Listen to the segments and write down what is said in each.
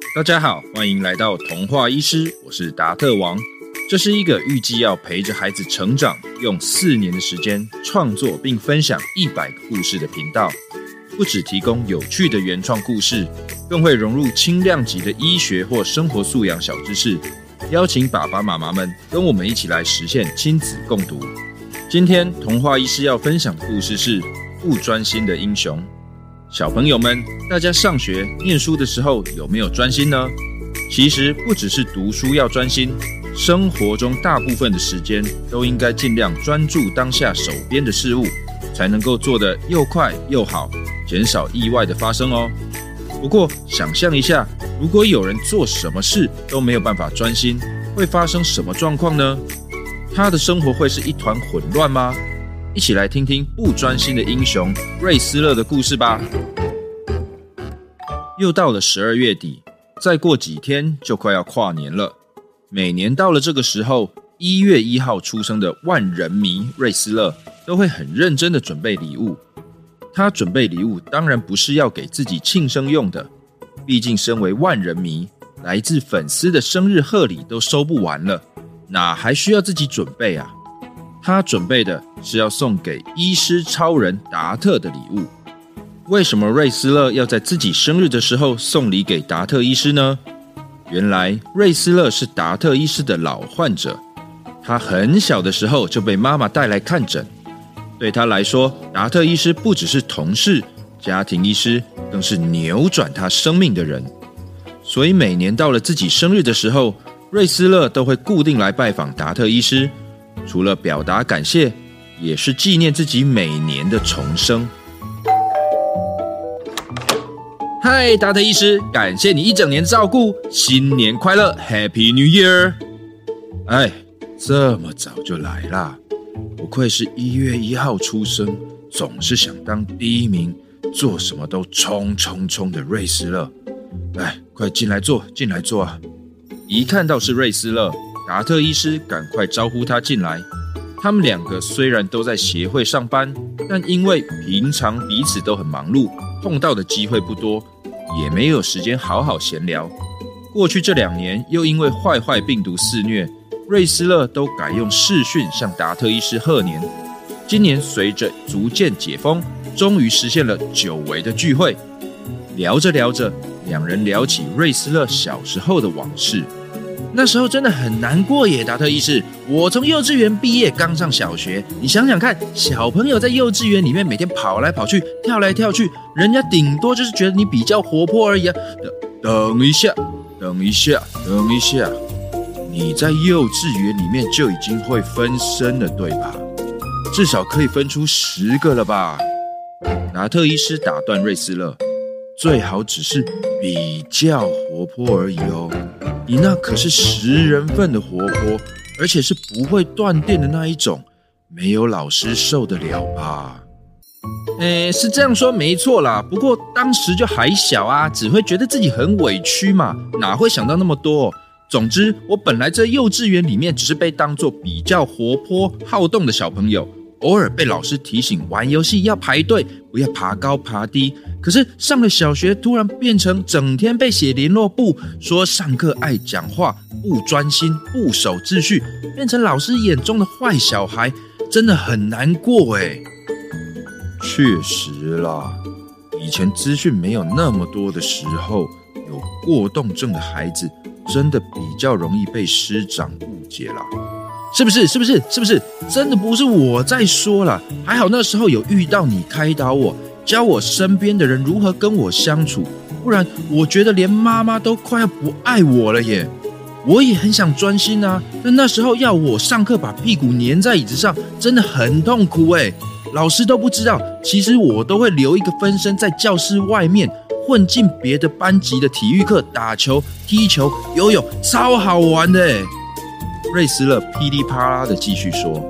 大家好，欢迎来到童话医师，我是达特王。这是一个预计要陪着孩子成长，用4年的时间创作并分享100个故事的频道。不只提供有趣的原创故事，更会融入轻量级的医学或生活素养小知识，邀请爸爸妈妈们跟我们一起来实现亲子共读。今天童话医师要分享的故事是不专心的英雄。小朋友们，大家上学念书的时候有没有专心呢？其实不只是读书要专心，生活中大部分的时间都应该尽量专注当下手边的事物，才能够做得又快又好，减少意外的发生哦。不过想象一下，如果有人做什么事都没有办法专心，会发生什么状况呢？他的生活会是一团混乱吗？一起来听听不专心的英雄瑞斯勒的故事吧。又到了12月底，再过几天就快要跨年了。每年到了这个时候，1月1号出生的万人迷瑞斯勒都会很认真的准备礼物。他准备礼物当然不是要给自己庆生用的，毕竟身为万人迷，来自粉丝的生日贺礼都收不完了，哪还需要自己准备啊？他准备的是要送给医师超人达特的礼物。为什么瑞斯勒要在自己生日的时候送礼给达特医师呢？原来瑞斯勒是达特医师的老患者，他很小的时候就被妈妈带来看诊。对他来说，达特医师不只是同事、家庭医师，更是扭转他生命的人。所以每年到了自己生日的时候，瑞斯勒都会固定来拜访达特医师，除了表达感谢，也是纪念自己每年的重生。嗨，达特医师，感谢你一整年照顾，新年快乐 ，Happy New Year！ 哎，这么早就来啦，不愧是1月1号出生，总是想当第1名，做什么都冲冲冲的瑞斯勒。哎，快进来坐，进来坐啊！一看到是瑞斯勒，达特医师赶快招呼他进来。他们2个虽然都在协会上班，但因为平常彼此都很忙碌，碰到的机会不多，也没有时间好好闲聊。过去这2年又因为坏病毒肆虐，瑞斯勒都改用视讯向达特医师贺年。今年随着逐渐解封，终于实现了久违的聚会。聊着聊着，2人聊起瑞斯勒小时候的往事。那时候真的很难过耶，达特医师，我从幼稚园毕业，刚上小学，你想想看，小朋友在幼稚园里面每天跑来跑去，跳来跳去，人家顶多就是觉得你比较活泼而已啊。等一下，你在幼稚园里面就已经会分身了，对吧？至少可以分出10个了吧？达特医师打断瑞斯勒，最好只是比较活泼而已哦。你那可是10人份的活泼，而且是不会断电的那一种，没有老师受得了吧？是这样说没错啦，不过当时就还小啊，只会觉得自己很委屈嘛，哪会想到那么多？总之，我本来在幼稚园里面只是被当作比较活泼好动的小朋友，偶尔被老师提醒玩游戏要排队，不要爬高爬低。可是上了小学，突然变成整天被写联络簿，说上课爱讲话，不专心，不守秩序，变成老师眼中的坏小孩，真的很难过耶。确实啦，以前资讯没有那么多的时候，有过动症的孩子真的比较容易被师长误解啦。是不是？真的不是我在说啦，还好那时候有遇到你开导我，教我身边的人如何跟我相处，不然我觉得连妈妈都快要不爱我了耶。我也很想专心啊，但那时候要我上课把屁股粘在椅子上，真的很痛苦耶。老师都不知道，其实我都会留一个分身在教室外面，混进别的班级的体育课打球、踢球、游泳，超好玩的耶。瑞斯勒噼里啪啦的继续说，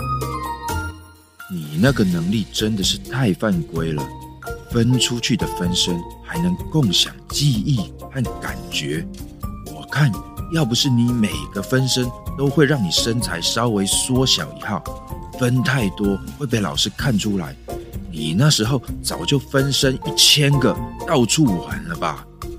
你那个能力真的是太犯规了，分出去的分身还能共享记忆和感觉。我看要不是你每个分身都会让你身材稍微缩小1号，分太多会被老师看出来，你那时候早就分身1000个到处玩了吧。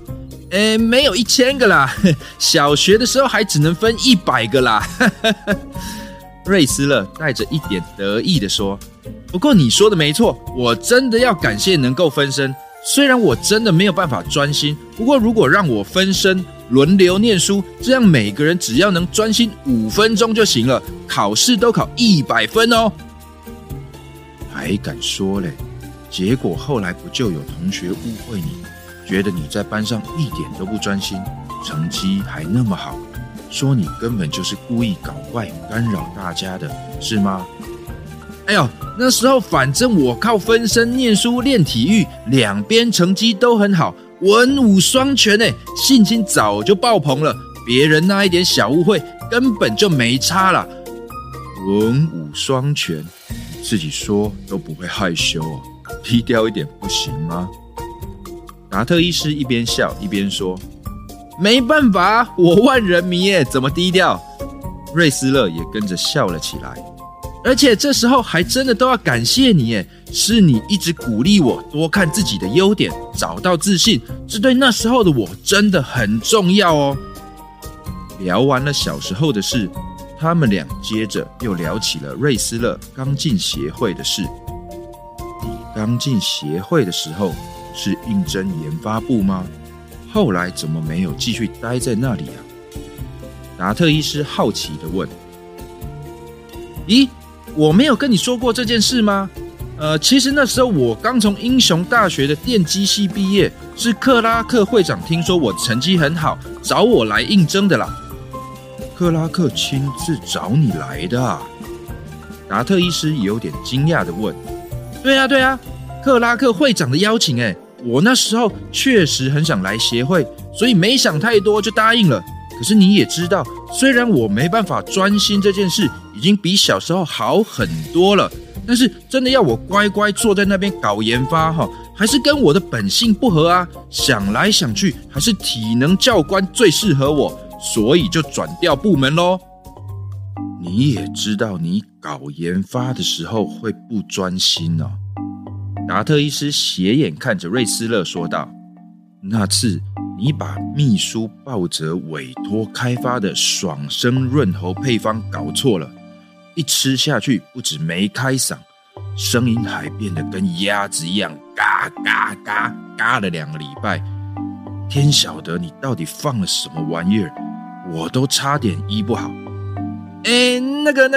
没有1000个啦，小学的时候还只能分100个啦。瑞斯勒带着一点得意地说，不过你说的没错，我真的要感谢能够分身。虽然我真的没有办法专心，不过如果让我分身轮流念书，这样每个人只要能专心5分钟就行了，考试都考100分哦。还敢说嘞？结果后来不就有同学误会你，觉得你在班上一点都不专心，成绩还那么好，说你根本就是故意搞怪干扰大家的，是吗？哎呦，那时候反正我靠分身念书练体育，两边成绩都很好，文武双全欸，信心早就爆棚了，别人那一点小误会根本就没差啦。文武双全，自己说都不会害羞哦，低调一点不行吗？达特医师一边笑一边说，没办法，我万人迷耶，怎么低调？瑞斯勒也跟着笑了起来。而且这时候还真的都要感谢你耶，是你一直鼓励我多看自己的优点，找到自信，这对那时候的我真的很重要哦。聊完了小时候的事，他们俩接着又聊起了瑞斯勒刚进协会的事。你刚进协会的时候是应征研发部吗？后来怎么没有继续待在那里啊？达特医师好奇地问。咦，我没有跟你说过这件事吗？其实那时候我刚从英雄大学的电机系毕业，是克拉克会长听说我成绩很好，找我来应征的啦。克拉克亲自找你来的啊？达特医师有点惊讶地问。对啊，克拉克会长的邀请耶，我那时候确实很想来协会，所以没想太多就答应了。可是你也知道，虽然我没办法专心这件事已经比小时候好很多了，但是真的要我乖乖坐在那边搞研发还是跟我的本性不合啊。想来想去，还是体能教官最适合我，所以就转调部门咯。你也知道你搞研发的时候会不专心哦。达特医师斜眼看着瑞斯勒说道，那次你把秘书鲍泽委托开发的爽生润喉配方搞错了，一吃下去不止没开嗓，声音还变得跟鸭子一样嘎嘎嘎嘎了2个礼拜。天晓得你到底放了什么玩意儿，我都差点医不好。那个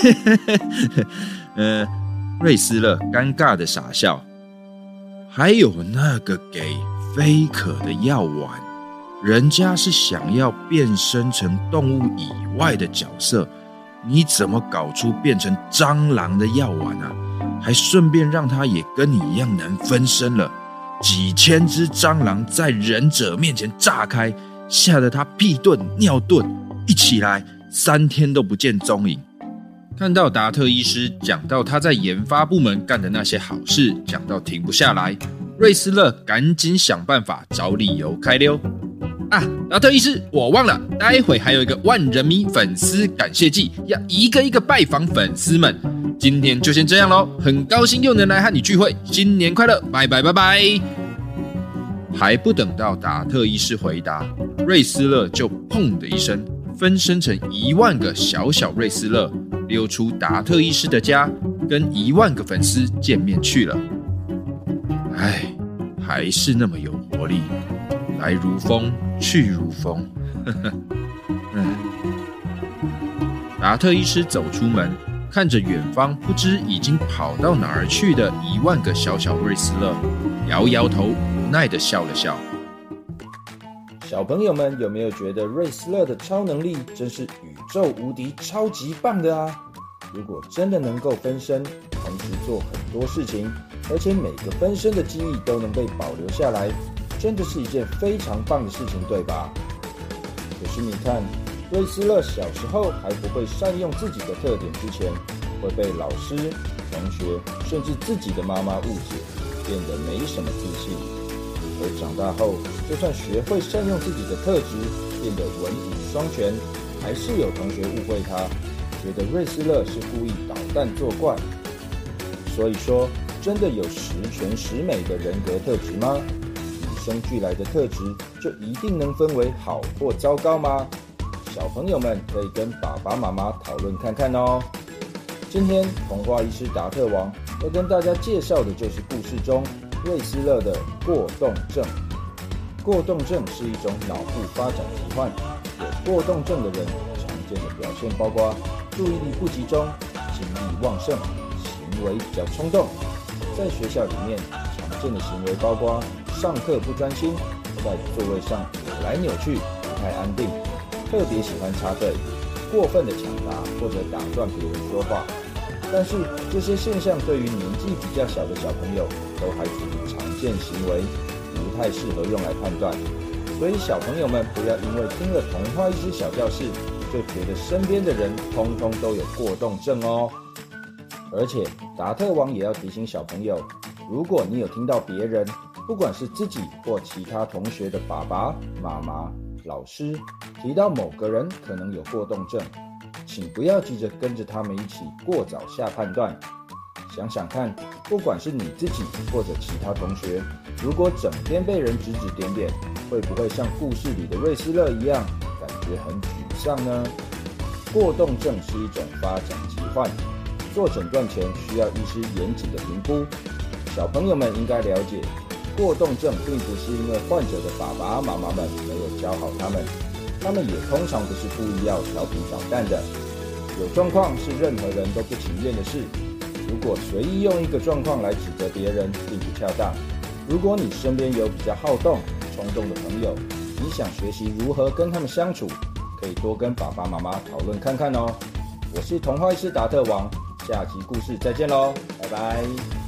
瑞斯勒尴尬的傻笑。还有那个给菲可的药丸，人家是想要变身成动物以外的角色，你怎么搞出变成蟑螂的药丸啊？还顺便让他也跟你一样能分身了。几千只蟑螂在忍者面前炸开，吓得他屁遁尿遁，一起来3天都不见踪影。看到达特医师讲到他在研发部门干的那些好事，讲到停不下来，瑞斯勒赶紧想办法找理由开溜。啊，达特医师，我忘了，待会还有一个万人迷粉丝感谢季，要一个一个拜访粉丝们。今天就先这样咯，很高兴又能来和你聚会，新年快乐，拜拜拜拜。还不等到达特医师回答，瑞斯勒就砰的一声分身成10000个小小瑞斯勒，溜出达特医师的家，跟10000个粉丝见面去了。唉，还是那么有活力，来如风，去如风。达特医师走出门，看着远方不知已经跑到哪儿去的10000个小小瑞斯勒，摇摇头，无奈地笑了笑。 小朋友们有没有觉得瑞斯勒的超能力真是宇宙无敌超级棒的啊？如果真的能够分身，同时做很多事情，而且每个分身的记忆都能被保留下来，真的是一件非常棒的事情，对吧？可是你看，瑞斯勒小时候还不会善用自己的特点之前，会被老师、同学甚至自己的妈妈误解，变得没什么自信。而长大后，就算学会善用自己的特质，变得文武双全，还是有同学误会他，觉得瑞斯勒是故意捣蛋作怪。所以说，真的有十全十美的人格特质吗？你说生俱来的特质就一定能分为好或糟糕吗？小朋友们可以跟爸爸妈妈讨论看看哦。今天童话医师达特王要跟大家介绍的就是故事中瑞斯勒的过动症。过动症是一种脑部发展疾患，有过动症的人常见的表现包括注意力不集中、精力旺盛、行为比较冲动。在学校里面常见的行为包括上课不专心，在座位上扭来扭去，不太安定，特别喜欢插队，过分的抢答或者打断别人说话。但是这些现象对于年纪比较小的小朋友都还属于常见行为，不太适合用来判断。所以小朋友们不要因为听了童话医师小教室就觉得身边的人通通都有过动症哦。而且达特王也要提醒小朋友，如果你有听到别人，不管是自己或其他同学的爸爸妈妈、老师提到某个人可能有过动症，请不要急着跟着他们一起过早下判断。想想看，不管是你自己或者其他同学，如果整天被人指指点点，会不会像故事里的瑞斯勒一样，感觉很沮丧呢？过动症是一种发展疾患，做诊断前需要医师严谨的评估。小朋友们应该了解，过动症并不是因为患者的爸爸妈妈们没有教好他们，他们也通常不是故意要调皮捣蛋的。有状况是任何人都不情愿的事，如果随意用一个状况来指责别人，并不恰当。如果你身边有比较好动、冲动的朋友，你想学习如何跟他们相处，可以多跟爸爸妈妈讨论看看哦。我是童话医师达特王，下集故事再见喽，拜拜。